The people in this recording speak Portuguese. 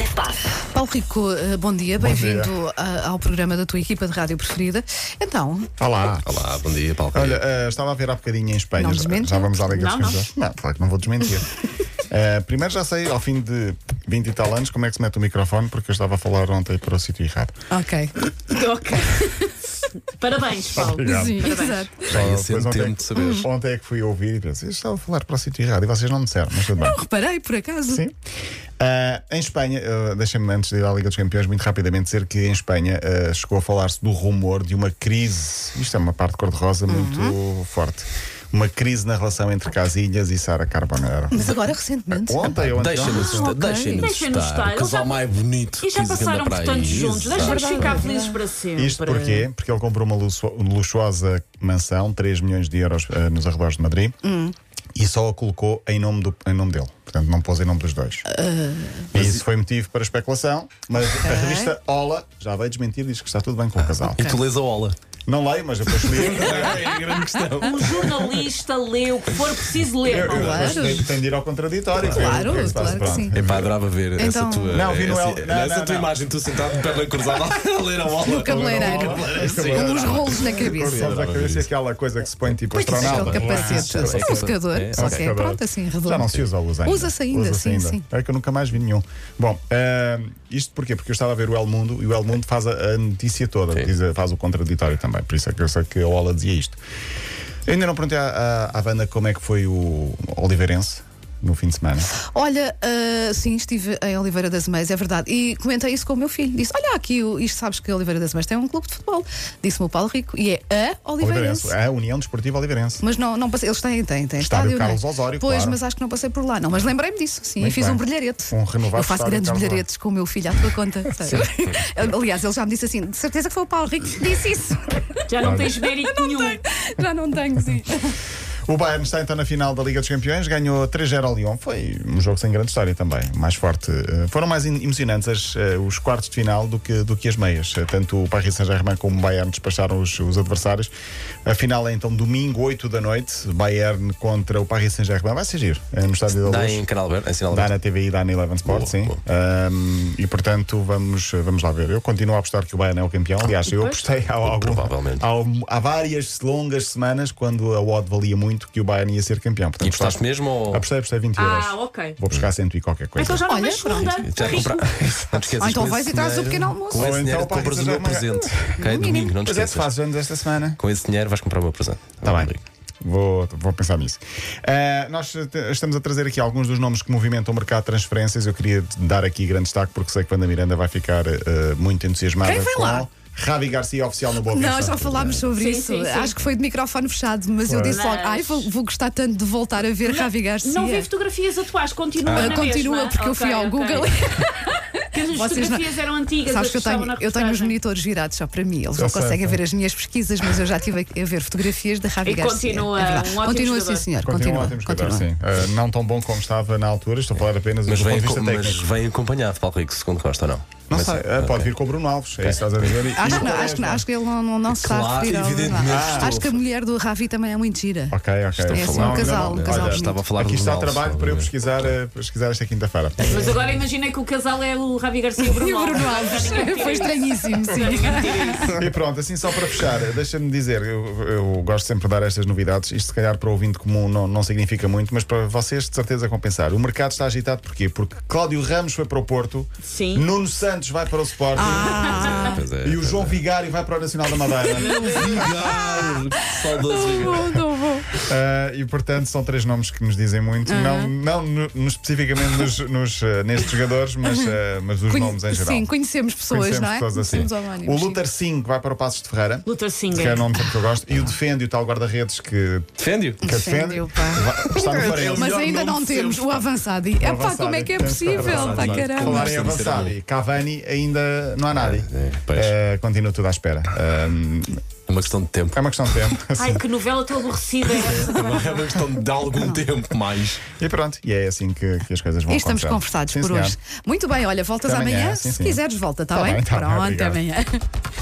linha de passe. Paulo Rico, bom dia, bem-vindo ao programa da tua equipa de rádio preferida. Então, Olá, bom dia, Paulo. olha, estava a ver há bocadinho em Espanha. Não desmente? Já vamos à Liga dos Não, Campeões? Não, claro que não vou desmentir. Primeiro já sei, ao fim de 20 e tal anos, como é que se mete o microfone, porque eu estava a falar ontem para o sítio errado. ok. Ok. Parabéns, Paulo. Obrigado. Sim, Parabéns. exato. Já ia Depois sendo tempo de saber. Ontem é que fui ouvir e pensei, eu estava a falar para o sítio errado e vocês não me disseram, mas tudo bem. Não reparei, por acaso. Sim. Em Espanha, deixem-me antes de ir à Liga dos Campeões, muito rapidamente dizer que em Espanha chegou a falar-se do rumor de uma crise. Isto é uma parte cor-de-rosa muito forte. Uma crise na relação entre Casillas e Sara Carbonero. Mas agora, recentemente. Ontem ou Deixa-nos ok. deixem-nos Deixem-nos estar. estar. O casal mais bonito E já que existe passaram para por aí. tantos juntos. Exato. Deixa-nos ficar felizes para sempre. Isto porquê? Porque ele comprou uma luxuosa mansão, 3 milhões de euros nos arredores de Madrid, e só a colocou em nome dele. Portanto, não pôs em nome dos dois. E isso foi motivo para especulação, mas a revista Ola já veio desmentir e diz que está tudo bem com o casal. E tu lês a ola. Não leio, mas depois li. É a grande questão. Um jornalista lê o que for preciso ler. Paulo. Claro. Tem de ir ao contraditório. Claro, ver o que é se passa. claro que Pronto. sim. Epá, adorava ver essa Então- tua. Não, vi no El- não, essa não, tua não. imagem, tu sentado de perna cruzada a ler a ola. No cabeleireiro. Com os rolos na cabeça. Sabes a cabeça aquela coisa que se põe tipo Pois é, astronauta. aquele capacete. É um secador, só que é secador. pronto, assim, redondo. Já não se usa a luz ainda. Usa-se ainda, sim. É que eu nunca mais vi nenhum. Bom, isto porquê? Porque eu estava a ver o El Mundo e o El Mundo faz a notícia toda, faz o contraditório também. Por isso é que eu sei que a Ola dizia isto. Eu ainda não perguntei à Wanda como é que foi o Oliveirense no fim de semana. Olha, sim, estive em Oliveira das Meias, é verdade. E comentei isso com o meu filho. Disse: olha, aqui, isto sabes que Oliveira das Meias tem um clube de futebol. Disse-me o Paulo Rico. E é a Oliveirense. A União Desportiva Oliveirense. Mas não passei, eles têm Estádio não é? Carlos Osório, Pois, claro. mas acho que não passei por lá. Não, mas lembrei-me disso, sim. Muito E fiz bem. um brilharete. Um renovado Eu faço estádio grandes Carlos brilharetes com o meu filho à tua conta. sabe? Aliás, ele já me disse assim: de certeza que foi o Paulo Rico que disse isso. Já não tens mérito nenhum. Já não tenho, sim. O Bayern está então na final da Liga dos Campeões, ganhou 3-0 ao Lyon. Foi um jogo sem grande história também, mais forte. Foram mais emocionantes os quartos de final do que as meias. Tanto o Paris Saint-Germain como o Bayern despacharam os adversários. A final é então domingo, 8 da noite. Bayern contra o Paris Saint-Germain. Vai ser giro, no Estádio da Dá Luz. em Canal Verde, em Sinal Dá Verde. na TVI, dá na Eleven Sport, sim. Boa. E portanto vamos lá ver. Eu continuo a apostar que o Bayern é o campeão. Aliás, eu apostei Provavelmente. há várias longas semanas, quando a odd valia muito, que o Bayern ia ser campeão. Portanto, E apostaste mesmo ou. apostei 20 euros. Ok. Vou buscar 100 e qualquer coisa. Então já não Olha, vês segunda. Já comprar. Não te esqueças. Ou então com vais esse e trazes o dinheiro- pequeno almoço. Com Ou esse então dinheiro o Paris compras o meu Saint-Germain. presente. Ok, domingo, não te Mas é, tu esqueças. fazes anos esta semana. Com esse dinheiro vais comprar o meu presente. Está bem. Vou pensar nisso. Nós estamos a trazer aqui alguns dos nomes que movimentam o mercado de transferências. Eu queria dar aqui grande destaque porque sei que Wanda Miranda vai ficar muito entusiasmada Quem foi com lá? Ravi Garcia oficial no Boa Vista. Nós já falámos sobre Sim, isso. sim, sim. Acho que foi de microfone fechado, mas eu disse logo: ai, vou gostar tanto de voltar a ver Ravi Garcia. Não vi fotografias atuais, continua na Continua, mesma. porque eu fui ao Ok, ok. Google. Porque as Vocês não- fotografias eram antigas. Sabes as que eu estavam tenho, na eu tenho os reportagem. monitores virados só para mim. Eles Eu não sei, conseguem sei. ver as minhas pesquisas, mas eu já estive a ver fotografias da Ravi E Garcia. continua É verdade. um ótimo Continua, jogador. sim, senhor. Continua um ótimo jogador, sim. Não tão bom como estava na altura. Estou a falar apenas Mas do ponto de vista vem, técnico. mas vem acompanhado, Paulo Rico, segundo consta ou não? Não Mas- sei, pode vir com o Bruno Alves. É isso que estás a dizer. E- Acho que ele não se está a Claro, referir ao evidentemente Bruno. estou. Acho que a mulher do Ravi também é muito gira. Ok. É assim, um casal Olha, bonito. Estava a falar aqui do está Ronaldo, trabalho para eu pesquisar esta quinta-feira. Mas agora imaginei que o casal é o Ravi Garcia e o E Bruno o Bruno Alves. Foi estranhíssimo, sim. E pronto, assim só para fechar, deixa-me dizer, eu gosto sempre de dar estas novidades. Isto, se calhar, para o ouvinte comum não significa muito, mas para vocês, de certeza, compensar. O mercado está agitado porquê? Porque Cláudio Ramos foi para o Porto, Sim. Nuno Santos vai para o Sporting Pois é, e o João Vigário vai para o Nacional da Madeira. Vigário! Saudoso Vigário. Não vou. E portanto, são 3 nomes que nos dizem muito, especificamente nestes jogadores, mas dos nomes em geral. Sim, conhecemos pessoas, Conhecemos não é? pessoas assim. Conhecemos homónimos, O Luther Singh vai para o Passos de Ferreira, Luther que é Singer. nome que eu gosto, e o Defende, o tal guarda-redes que Defende-o. defende, Defende-o, pá. está no Farense. Mas melhor ainda nome não de temos sempre. o avançado. E, epá, avançado, como é que é temos que possível? avançar. Pá, caramba. Falar em Sim, avançado, será e Cavani ainda não há nada. Pois. Continua tudo à espera. É uma questão de tempo. É uma questão de tempo. Ai, que novela tão aborrecida é essa. É uma questão de algum tempo mais. E pronto, e é assim que as coisas vão E estamos acontecer. conversados Sim, por senhor. hoje. Muito bem, olha, voltas Até amanhã, amanhã. sim, Se sim. quiseres, volta, está Tá bem? bem, tá bem, Pronto, até obrigado. amanhã.